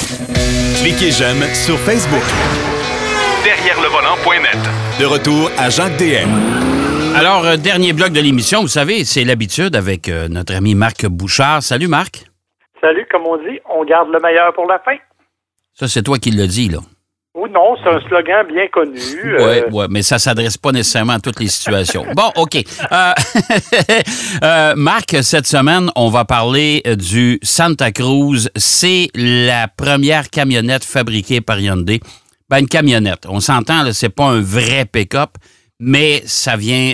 Cliquez j'aime sur Facebook. Derrière le volant.net. De retour à Jacques DM. Alors, dernier bloc de l'émission, vous savez, c'est l'habitude avec notre ami Marc Bouchard. Salut Marc. Salut, comme on dit, on garde le meilleur pour la fin. Ça, c'est toi qui l'as dit, là. Ou non, c'est un slogan bien connu. Oui, mais ça ne s'adresse pas nécessairement à toutes les situations. Bon, OK. Marc, cette semaine, on va parler du Santa Cruz. C'est la première camionnette fabriquée par Hyundai. Ben, une camionnette. On s'entend, là, c'est pas un vrai pick-up, mais ça vient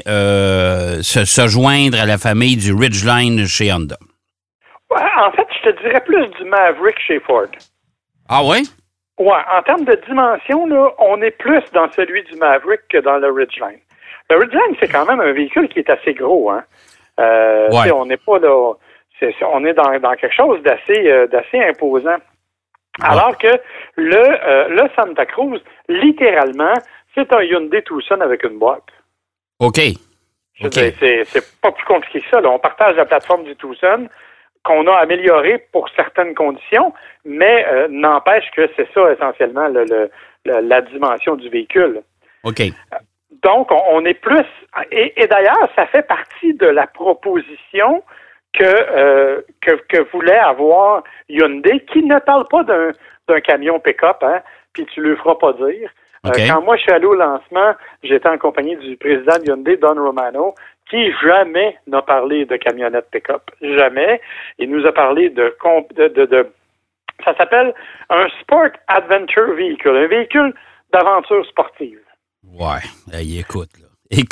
se joindre à la famille du Ridgeline chez Honda. Ouais, en fait, je te dirais plus du Maverick chez Ford. Ah oui? Ouais, en termes de dimension, là, on est plus dans celui du Maverick que dans le Ridgeline. Le Ridgeline, c'est quand même un véhicule qui est assez gros, hein. Ouais. On n'est pas là. On est dans quelque chose d'assez imposant. Ouais. Alors que le Santa Cruz, littéralement, c'est un Hyundai Tucson avec une boîte. OK. Je veux dire, c'est pas plus compliqué que ça. Là. On partage la plateforme du Tucson qu'on a améliorée pour certaines conditions, mais n'empêche que c'est ça essentiellement la dimension du véhicule. OK. Donc, on est plus... Et d'ailleurs, ça fait partie de la proposition que voulait avoir Hyundai, qui ne parle pas d'un camion pick-up, hein, puis tu ne le feras pas dire. Okay. Quand moi, je suis allé au lancement, j'étais en compagnie du président de Hyundai, Don Romano, qui jamais n'a parlé de camionnette pick-up. Jamais. Il nous a parlé de ça s'appelle un Sport Adventure Vehicle, un véhicule d'aventure sportive. Ouais. Hey, écoute, là.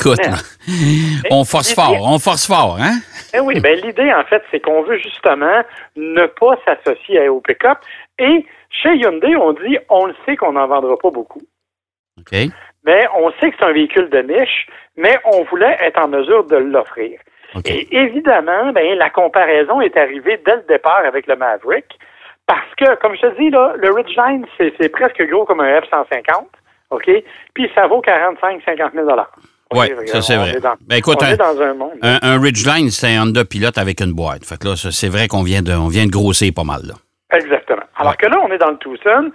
On force fort, hein? Oui, l'idée, en fait, c'est qu'on veut justement ne pas s'associer au pick-up. Et chez Hyundai, on dit, on le sait qu'on n'en vendra pas beaucoup. OK. Mais on sait que c'est un véhicule de niche, mais on voulait être en mesure de l'offrir. Okay. Et évidemment, la comparaison est arrivée dès le départ avec le Maverick, parce que, comme je te dis, là, le Ridgeline, c'est presque gros comme un F-150, OK? Puis ça vaut 45-50 000 $. Oui, ça c'est vrai. Écoute, on est dans un monde. Un Ridgeline, c'est un Honda Pilot avec une boîte. Fait que là, c'est vrai qu'on vient de grossir pas mal, là. Exactement. Alors que là, on est dans le Tucson.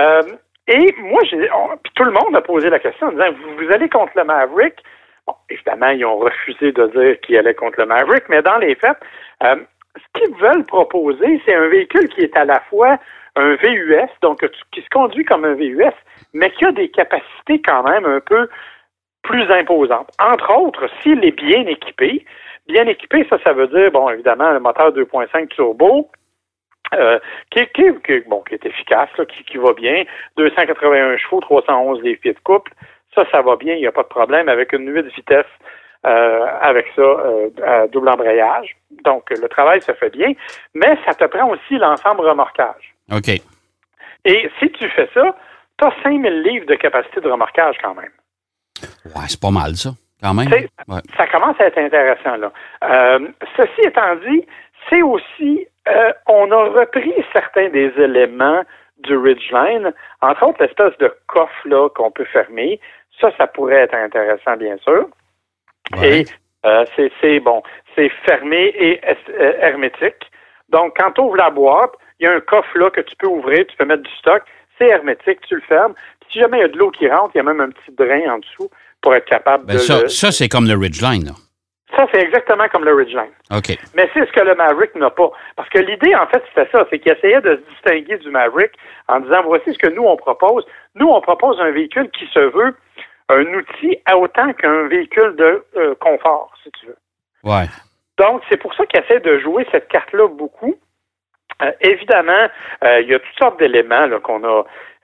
Et moi, puis tout le monde a posé la question en disant, vous allez contre le Maverick? Bon, évidemment, ils ont refusé de dire qu'ils allaient contre le Maverick, mais dans les faits, ce qu'ils veulent proposer, c'est un véhicule qui est à la fois un VUS, donc qui se conduit comme un VUS, mais qui a des capacités quand même un peu plus imposantes. Entre autres, s'il est bien équipé, ça veut dire, bon, évidemment, le moteur 2.5 turbo, qui est efficace, là, qui va bien, 281 chevaux, 311 livres-pieds de couple, ça va bien, il n'y a pas de problème, avec une 8 vitesses, avec ça, double embrayage. Donc, le travail se fait bien, mais ça te prend aussi l'ensemble remorquage. OK. Et si tu fais ça, tu as 5000 livres de capacité de remorquage quand même. Ouais, c'est pas mal, ça, quand même. Ouais. Ça commence à être intéressant, là. Ceci étant dit, c'est aussi... on a repris certains des éléments du Ridgeline, entre autres l'espèce de coffre là qu'on peut fermer. Ça pourrait être intéressant, bien sûr. Ouais. Et c'est fermé et hermétique. Donc, quand tu ouvres la boîte, il y a un coffre là que tu peux ouvrir, tu peux mettre du stock, c'est hermétique, tu le fermes. Puis, si jamais il y a de l'eau qui rentre, il y a même un petit drain en dessous pour être capable de... Ça, c'est comme le Ridgeline, là. Ça, c'est exactement comme le Ridgeline. OK. Mais c'est ce que le Maverick n'a pas. Parce que l'idée, en fait, c'était ça. C'est qu'il essayait de se distinguer du Maverick en disant, voici ce que nous, on propose. Nous, on propose un véhicule qui se veut un outil autant qu'un véhicule de confort, si tu veux. Ouais. Donc, c'est pour ça qu'il essaie de jouer cette carte-là beaucoup. Évidemment, il y a toutes sortes d'éléments là, qu'on a...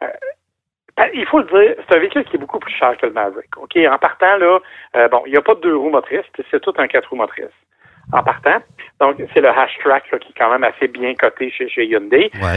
il faut le dire, c'est un véhicule qui est beaucoup plus cher que le Maverick. OK, en partant, là, il n'y a pas de 2 roues motrices, c'est tout un 4 roues motrices. En partant. Donc, c'est le H-Track là, qui est quand même assez bien coté chez Hyundai. Ouais.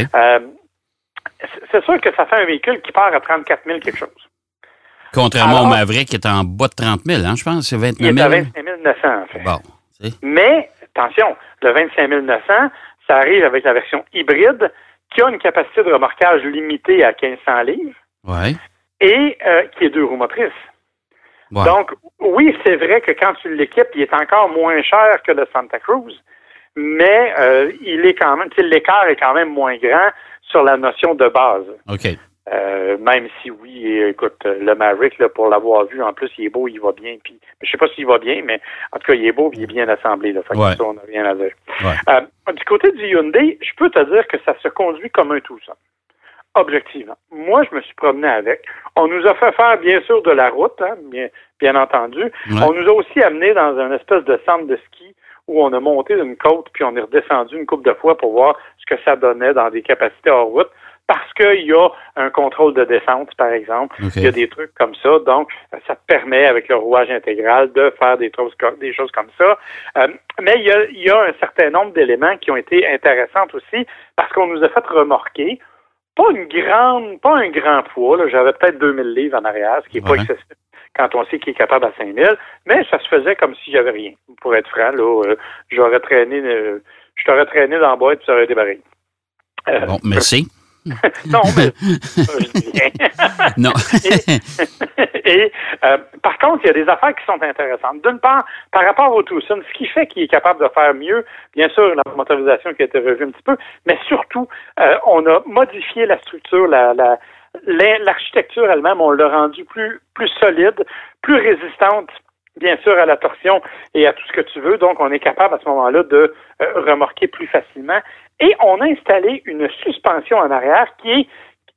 C'est sûr que ça fait un véhicule qui part à 34 000 quelque chose. Contrairement au Maverick qui est en bas de 30 000, hein, je pense, c'est 29 000. Il est à 25 900, en fait. Bon. Mais, attention, le 25 900, ça arrive avec la version hybride qui a une capacité de remorquage limitée à 1500 livres. Ouais. Et qui est 2 roues motrices. Ouais. Donc, oui, c'est vrai que quand tu l'équipes, il est encore moins cher que le Santa Cruz, mais il est quand même, l'écart est quand même moins grand sur la notion de base. OK. Même si oui, écoute, le Maverick, là, pour l'avoir vu, en plus, il est beau, il va bien. Puis, je sais pas s'il va bien, mais en tout cas, il est beau, il est bien assemblé. Là, fait que ça, on n'a rien à dire. Ouais. Du côté du Hyundai, je peux te dire que ça se conduit comme un Tucson. Objectivement. Moi, je me suis promené avec. On nous a fait faire, bien sûr, de la route, hein, bien entendu. Ouais. On nous a aussi amené dans un espèce de centre de ski où on a monté d'une côte, puis on est redescendu une couple de fois pour voir ce que ça donnait dans des capacités hors route. Parce qu'il y a un contrôle de descente, par exemple. Okay. Il y a des trucs comme ça. Donc, ça te permet, avec le rouage intégral, de faire des choses comme ça. Mais il y a un certain nombre d'éléments qui ont été intéressants aussi, parce qu'on nous a fait remorquer pas un grand poids. Là, j'avais peut-être 2000 livres en arrière, ce qui n'est pas excessif quand on sait qu'il est capable à 5000. Mais ça se faisait comme s'il n'y avait rien. Pour être franc, là, je t'aurais traîné dans la boîte et ça aurait débarré. Bon, merci. Non, mais je dis rien. Non. Par contre, il y a des affaires qui sont intéressantes. D'une part, par rapport au Tucson, ce qui fait qu'il est capable de faire mieux, bien sûr, la motorisation qui a été revue un petit peu, mais surtout, on a modifié la structure, l'architecture elle-même, on l'a rendue plus solide, plus résistante, bien sûr, à la torsion et à tout ce que tu veux. Donc, on est capable à ce moment-là de remorquer plus facilement. Et on a installé une suspension en arrière qui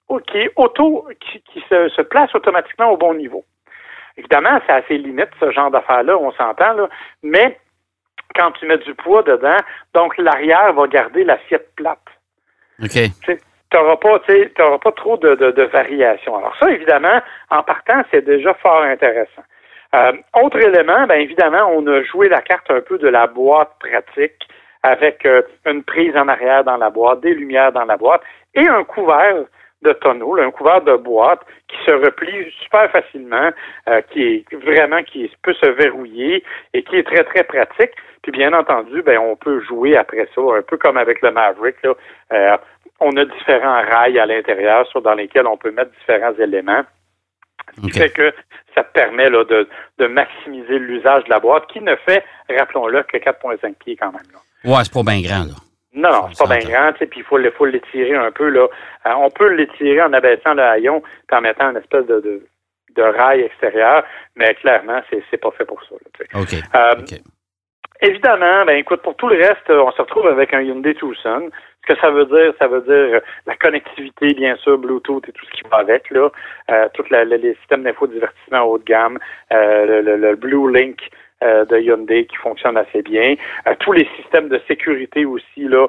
se place automatiquement au bon niveau. Évidemment, c'est à ses limites, ce genre d'affaires-là, on s'entend, là, mais quand tu mets du poids dedans, donc l'arrière va garder l'assiette plate. OK. Tu n'auras pas trop de variations. Alors ça, évidemment, en partant, c'est déjà fort intéressant. Autre élément, bien évidemment, on a joué la carte un peu de la boîte pratique avec une prise en arrière dans la boîte, des lumières dans la boîte et un couvert de tonneau, un couvert de boîte qui se replie super facilement, qui peut se verrouiller et qui est très, très pratique. Puis bien entendu, ben on peut jouer après ça, un peu comme avec le Maverick, là. On a différents rails à l'intérieur dans lesquels on peut mettre différents éléments. Ce qui fait que ça te permet là, de maximiser l'usage de la boîte, qui ne fait, rappelons-le, que 4,5 pieds quand même. Là. Ouais, c'est pas bien grand, là. Non, c'est pas bien grand, puis il faut l'étirer un peu, là. On peut l'étirer en abaissant le haillon, puis en mettant une espèce de rail extérieur, mais clairement, c'est pas fait pour ça, là, OK. Évidemment, ben écoute, pour tout le reste, on se retrouve avec un Hyundai Tucson. Ce que ça veut dire la connectivité, bien sûr, Bluetooth et tout ce qui va avec, là. Tous les systèmes d'infodivertissement haut de gamme, le Blue Link de Hyundai qui fonctionne assez bien. Tous les systèmes de sécurité aussi, là.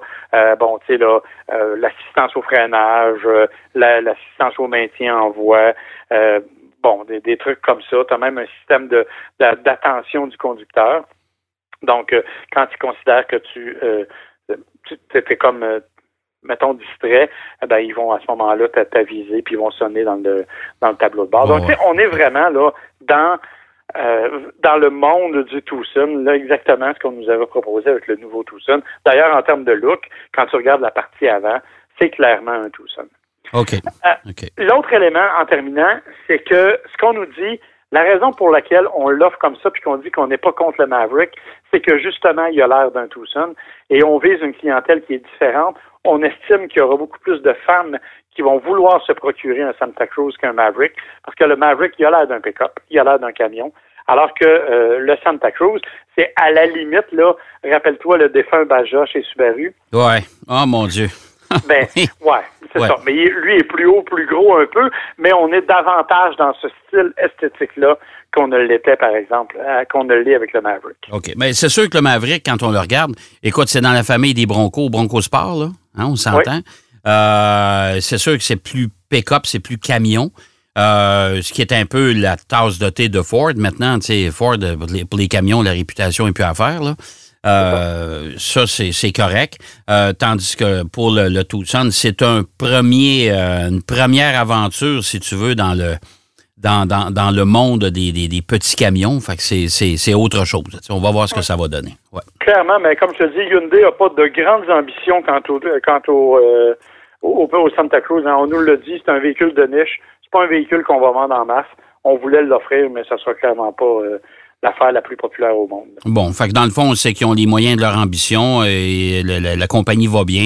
L'assistance au freinage, l'assistance au maintien en voie, des trucs comme ça. Tu as même un système d'attention du conducteur. Donc, quand ils considèrent que tu étais comme, mettons, distrait, ils vont à ce moment-là t'aviser puis ils vont sonner dans le tableau de bord. Donc, on est vraiment là dans le monde du Tucson, là, exactement ce qu'on nous avait proposé avec le nouveau Tucson. D'ailleurs, en termes de look, quand tu regardes la partie avant, c'est clairement un Tucson. OK. L'autre élément, en terminant, c'est que ce qu'on nous dit, la raison pour laquelle on l'offre comme ça puis qu'on dit qu'on n'est pas contre le Maverick, c'est que justement, il a l'air d'un Tucson et on vise une clientèle qui est différente. On estime qu'il y aura beaucoup plus de femmes qui vont vouloir se procurer un Santa Cruz qu'un Maverick parce que le Maverick, il a l'air d'un pick-up, il a l'air d'un camion, alors que le Santa Cruz, c'est à la limite, là, rappelle-toi le défunt Baja chez Subaru. Ouais. Oh mon Dieu. C'est ça. Mais lui est plus haut, plus gros un peu, mais on est davantage dans ce style esthétique-là qu'on ne l'était, par exemple, qu'on ne l'est avec le Maverick. OK. Mais c'est sûr que le Maverick, quand on le regarde, écoute, c'est dans la famille des Bronco Sport, là. Hein, on s'entend. Oui. C'est sûr que c'est plus pick-up, c'est plus camion. Ce qui est un peu la tasse de thé de Ford. Maintenant, tu sais, Ford, pour les camions, la réputation n'est plus à faire, là. Ça, c'est correct. Tandis que pour le Tucson, c'est une première aventure, si tu veux, dans le monde des petits camions. Fait que c'est autre chose. On va voir ce que ça va donner. Ouais. Clairement, mais comme je te dis, Hyundai n'a pas de grandes ambitions quant au Santa Cruz. Hein. On nous l'a dit, c'est un véhicule de niche. C'est pas un véhicule qu'on va vendre en masse. On voulait l'offrir, mais ça sera clairement pas l'affaire la plus populaire au monde. Bon, fait que dans le fond, on sait qu'ils ont les moyens de leur ambition et la compagnie va bien.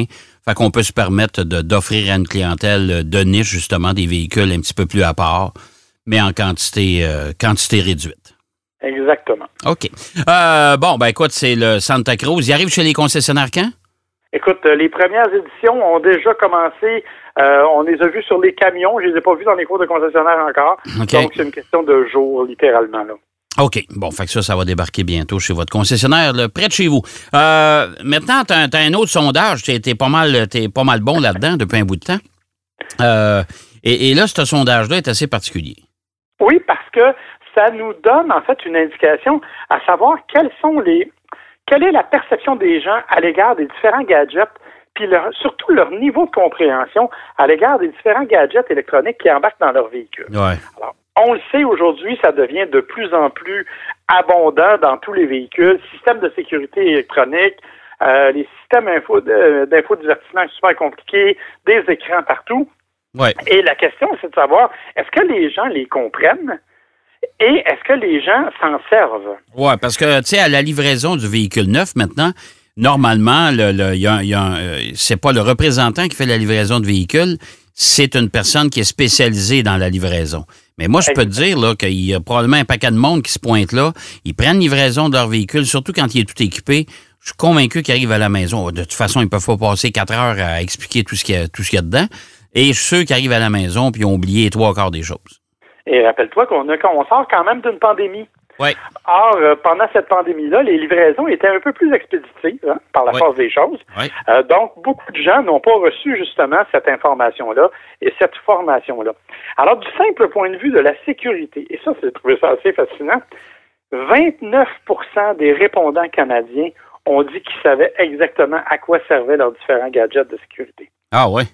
Fait qu'on peut se permettre d'offrir à une clientèle de niche, justement, des véhicules un petit peu plus à part, mais en quantité réduite. Exactement. OK. Écoute, c'est le Santa Cruz. Il arrive chez les concessionnaires quand? Écoute, les premières éditions ont déjà commencé. On les a vues sur les camions. Je les ai pas vues dans les cours de concessionnaires encore. Okay. Donc, c'est une question de jours, littéralement, là. OK. Bon, fait que ça va débarquer bientôt chez votre concessionnaire, là, près de chez vous. Maintenant, tu as un autre sondage. T'es pas mal bon là-dedans depuis un bout de temps. Et là, ce sondage-là est assez particulier. Oui, parce que ça nous donne, en fait, une indication à savoir quelle est la perception des gens à l'égard des différents gadgets, puis surtout leur niveau de compréhension à l'égard des différents gadgets électroniques qui embarquent dans leur véhicule. Ouais. Alors, on le sait aujourd'hui, ça devient de plus en plus abondant dans tous les véhicules. Systèmes de sécurité électronique, les systèmes d'infodivertissement super compliqués, des écrans partout. Ouais. Et la question, c'est de savoir, est-ce que les gens les comprennent et est-ce que les gens s'en servent? Oui, parce que, tu sais, à la livraison du véhicule neuf, maintenant, normalement, c'est pas le représentant qui fait la livraison de véhicule, c'est une personne qui est spécialisée dans la livraison. Mais moi, je peux te dire là, qu'il y a probablement un paquet de monde qui se pointe là. Ils prennent livraison de leur véhicule, surtout quand il est tout équipé. Je suis convaincu qu'ils arrivent à la maison. De toute façon, ils peuvent pas passer 4 heures à expliquer tout ce qu'il y a dedans. Et ceux qui arrivent à la maison puis ont oublié 3/4 des choses. Et rappelle-toi qu'on sort quand même d'une pandémie. Oui. Or, pendant cette pandémie-là, les livraisons étaient un peu plus expéditives par la force des choses. Oui. Donc, beaucoup de gens n'ont pas reçu justement cette information-là et cette formation-là. Alors, du simple point de vue de la sécurité, et ça, j'ai trouvé ça assez fascinant, 29% des répondants canadiens ont dit qu'ils savaient exactement à quoi servaient leurs différents gadgets de sécurité. Ah oui?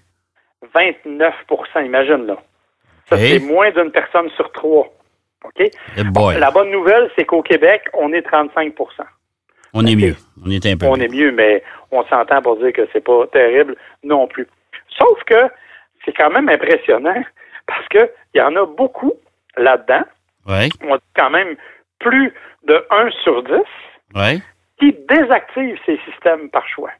29%, imagine là. Ça, c'est moins d'une personne sur 3. OK? La bonne nouvelle, c'est qu'au Québec, on est 35%. On est mieux. On est un peu mieux. On est mieux, mais on s'entend pour dire que c'est pas terrible non plus. Sauf que c'est quand même impressionnant parce que il y en a beaucoup là-dedans. Ouais. On dit quand même plus de 1 sur 10 qui désactivent ces systèmes par choix.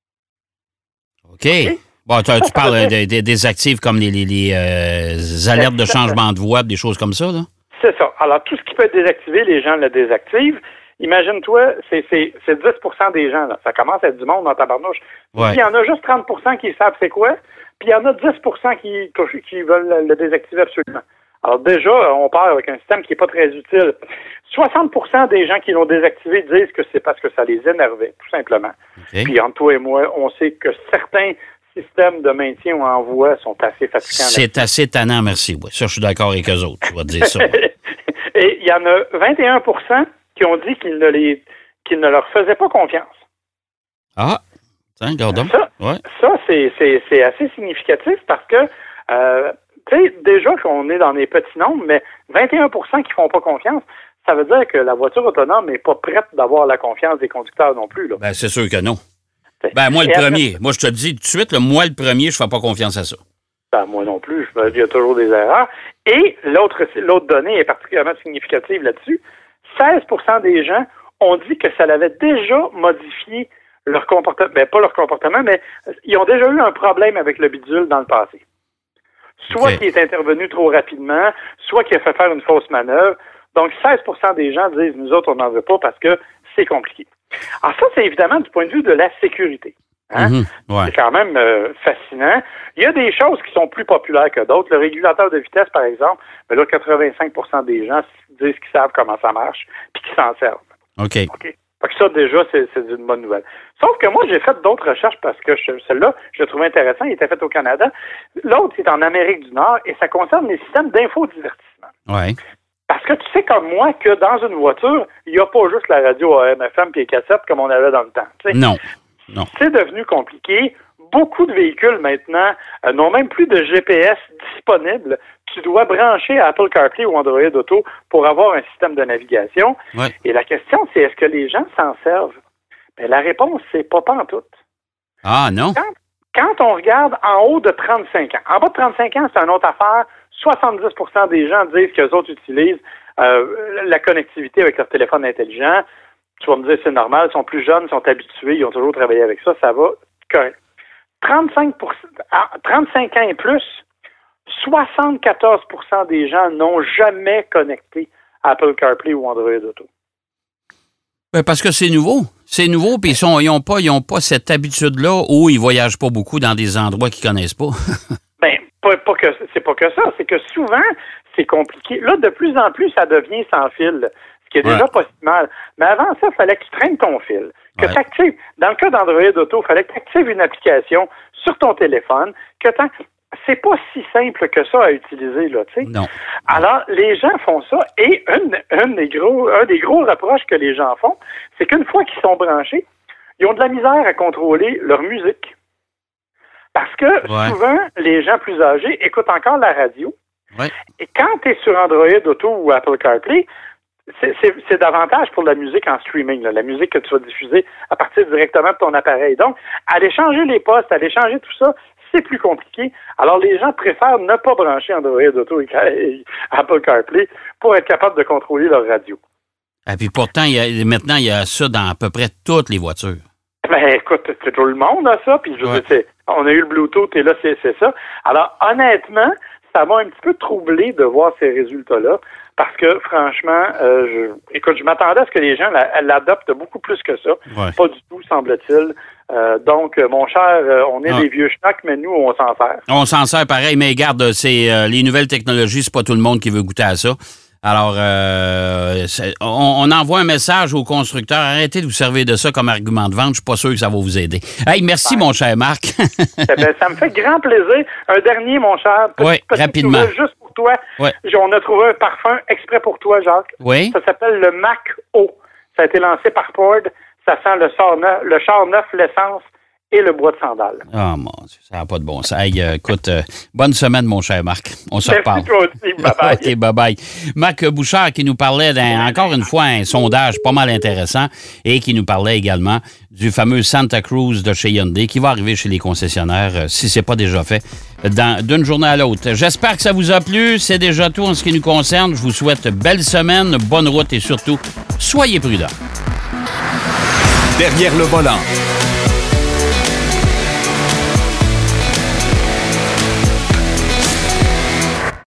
OK. Bon, tu parles des actifs comme les alertes de changement de voie, des choses comme ça, là? C'est ça. Alors, tout ce qui peut être désactivé, les gens le désactivent. Imagine-toi, c'est 10% des gens, là. Ça commence à être du monde dans ta barnouche. Ouais. Il y en a juste 30% qui savent c'est quoi, puis il y en a 10% qui veulent le désactiver absolument. Alors déjà, on part avec un système qui n'est pas très utile. 60% des gens qui l'ont désactivé disent que c'est parce que ça les énervait, tout simplement. Okay. Puis entre toi et moi, on sait que certains systèmes de maintien ou envoi sont assez fatigants. C'est assez tannant, merci. Ouais, ça, je suis d'accord avec eux autres, je vais te dire ça. Et il y en a 21% qui ont dit qu'ils ne leur faisaient pas confiance. Ah, tiens, gardons. Ça c'est assez significatif parce que, tu sais, déjà qu'on est dans des petits nombres, mais 21% qui font pas confiance, ça veut dire que la voiture autonome n'est pas prête d'avoir la confiance des conducteurs non plus, là. Ben, c'est sûr que non. Ben, moi, le premier. Moi, je te le dis tout de suite, moi, le premier, je fais pas confiance à ça. Ben, moi non plus. Il y a toujours des erreurs. Et l'autre donnée est particulièrement significative là-dessus. 16% des gens ont dit que ça l'avait déjà modifié leur comportement. Ben, pas leur comportement, mais ils ont déjà eu un problème avec le bidule dans le passé. Soit qu'il est intervenu trop rapidement, soit qu'il a fait faire une fausse manœuvre. Donc, 16% des gens disent, nous autres, on n'en veut pas parce que c'est compliqué. Alors ça, c'est évidemment du point de vue de la sécurité. Hein? C'est quand même fascinant. Il y a des choses qui sont plus populaires que d'autres. Le régulateur de vitesse, par exemple, mais là, 85% des gens disent qu'ils savent comment ça marche puis qu'ils s'en servent. OK. Fait que ça, déjà, c'est une bonne nouvelle. Sauf que moi, j'ai fait d'autres recherches parce que celle-là, je le trouvais intéressant. Il était fait au Canada. L'autre, c'est en Amérique du Nord et ça concerne les systèmes d'infodivertissement. Oui. Parce que tu sais comme moi que dans une voiture, il n'y a pas juste la radio AM/FM et les cassettes comme on avait dans le temps. T'sais. Non. C'est devenu compliqué. Beaucoup de véhicules maintenant n'ont même plus de GPS disponible. Tu dois brancher Apple CarPlay ou Android Auto pour avoir un système de navigation. Ouais. Et la question, c'est est-ce que les gens s'en servent? Ben, la réponse, c'est pas pantoute. Ah non? Quand on regarde en haut de 35 ans, en bas de 35 ans, c'est une autre affaire. 70% des gens disent qu'eux autres utilisent la connectivité avec leur téléphone intelligent. Tu vas me dire c'est normal, ils sont plus jeunes, ils sont habitués, ils ont toujours travaillé avec ça, ça va correct. 35 ans et plus, 74 % des gens n'ont jamais connecté Apple CarPlay ou Android Auto. Ben parce que c'est nouveau. C'est nouveau, puis ils n'ont pas cette habitude-là où ils ne voyagent pas beaucoup dans des endroits qu'ils ne connaissent pas. Ben, c'est pas que ça. C'est que souvent, c'est compliqué. Là, de plus en plus, ça devient sans fil, ce qui est déjà pas si mal. Mais avant ça, il fallait que tu traînes ton fil. Que tu actives. Dans le cas d'Android Auto, il fallait que tu actives une application sur ton téléphone. C'est pas si simple que ça à utiliser, là, tu sais. Non. Alors, les gens font ça, et un des gros reproches que les gens font, c'est qu'une fois qu'ils sont branchés, ils ont de la misère à contrôler leur musique. Parce que souvent, les gens plus âgés écoutent encore la radio. Ouais. Et quand tu es sur Android Auto ou Apple CarPlay, c'est davantage pour la musique en streaming, là, la musique que tu vas diffuser à partir directement de ton appareil. Donc, aller changer les postes, aller changer tout ça, c'est plus compliqué. Alors, les gens préfèrent ne pas brancher Android Auto et Apple CarPlay pour être capable de contrôler leur radio. Et puis pourtant, maintenant, il y a ça dans à peu près toutes les voitures. Ben, écoute, tout le monde a ça, puis je veux dire, on a eu le Bluetooth, et là, c'est ça. Alors, honnêtement, ça m'a un petit peu troublé de voir ces résultats-là, parce que, franchement, je m'attendais à ce que les gens l'adoptent beaucoup plus que ça. Ouais. Pas du tout, semble-t-il. Donc, mon cher, on est des vieux schnacks, mais nous, on s'en sert. On s'en sert pareil, mais regarde, c'est les nouvelles technologies, c'est pas tout le monde qui veut goûter à ça. Alors, on envoie un message aux constructeurs. Arrêtez de vous servir de ça comme argument de vente. Je suis pas sûr que ça va vous aider. Hey, merci, mon cher Marc. Ça me fait grand plaisir. Un dernier, mon cher. Oui, rapidement. Juste pour toi. Ouais. On a trouvé un parfum exprès pour toi, Jacques. Oui. Ça s'appelle le Mac O. Ça a été lancé par Ford. Ça sent le char neuf, l'essence et le bois de sandales. Oh mon Dieu, ça n'a pas de bon sens. Hey, écoute, bonne semaine, mon cher Marc. On se reparle. Toi aussi, bye-bye. OK, bye-bye. Marc Bouchard qui nous parlait encore une fois, un sondage pas mal intéressant et qui nous parlait également du fameux Santa Cruz de chez Hyundai qui va arriver chez les concessionnaires, si ce n'est pas déjà fait, d'une journée à l'autre. J'espère que ça vous a plu. C'est déjà tout en ce qui nous concerne. Je vous souhaite belle semaine, bonne route et surtout, soyez prudents. Derrière le volant.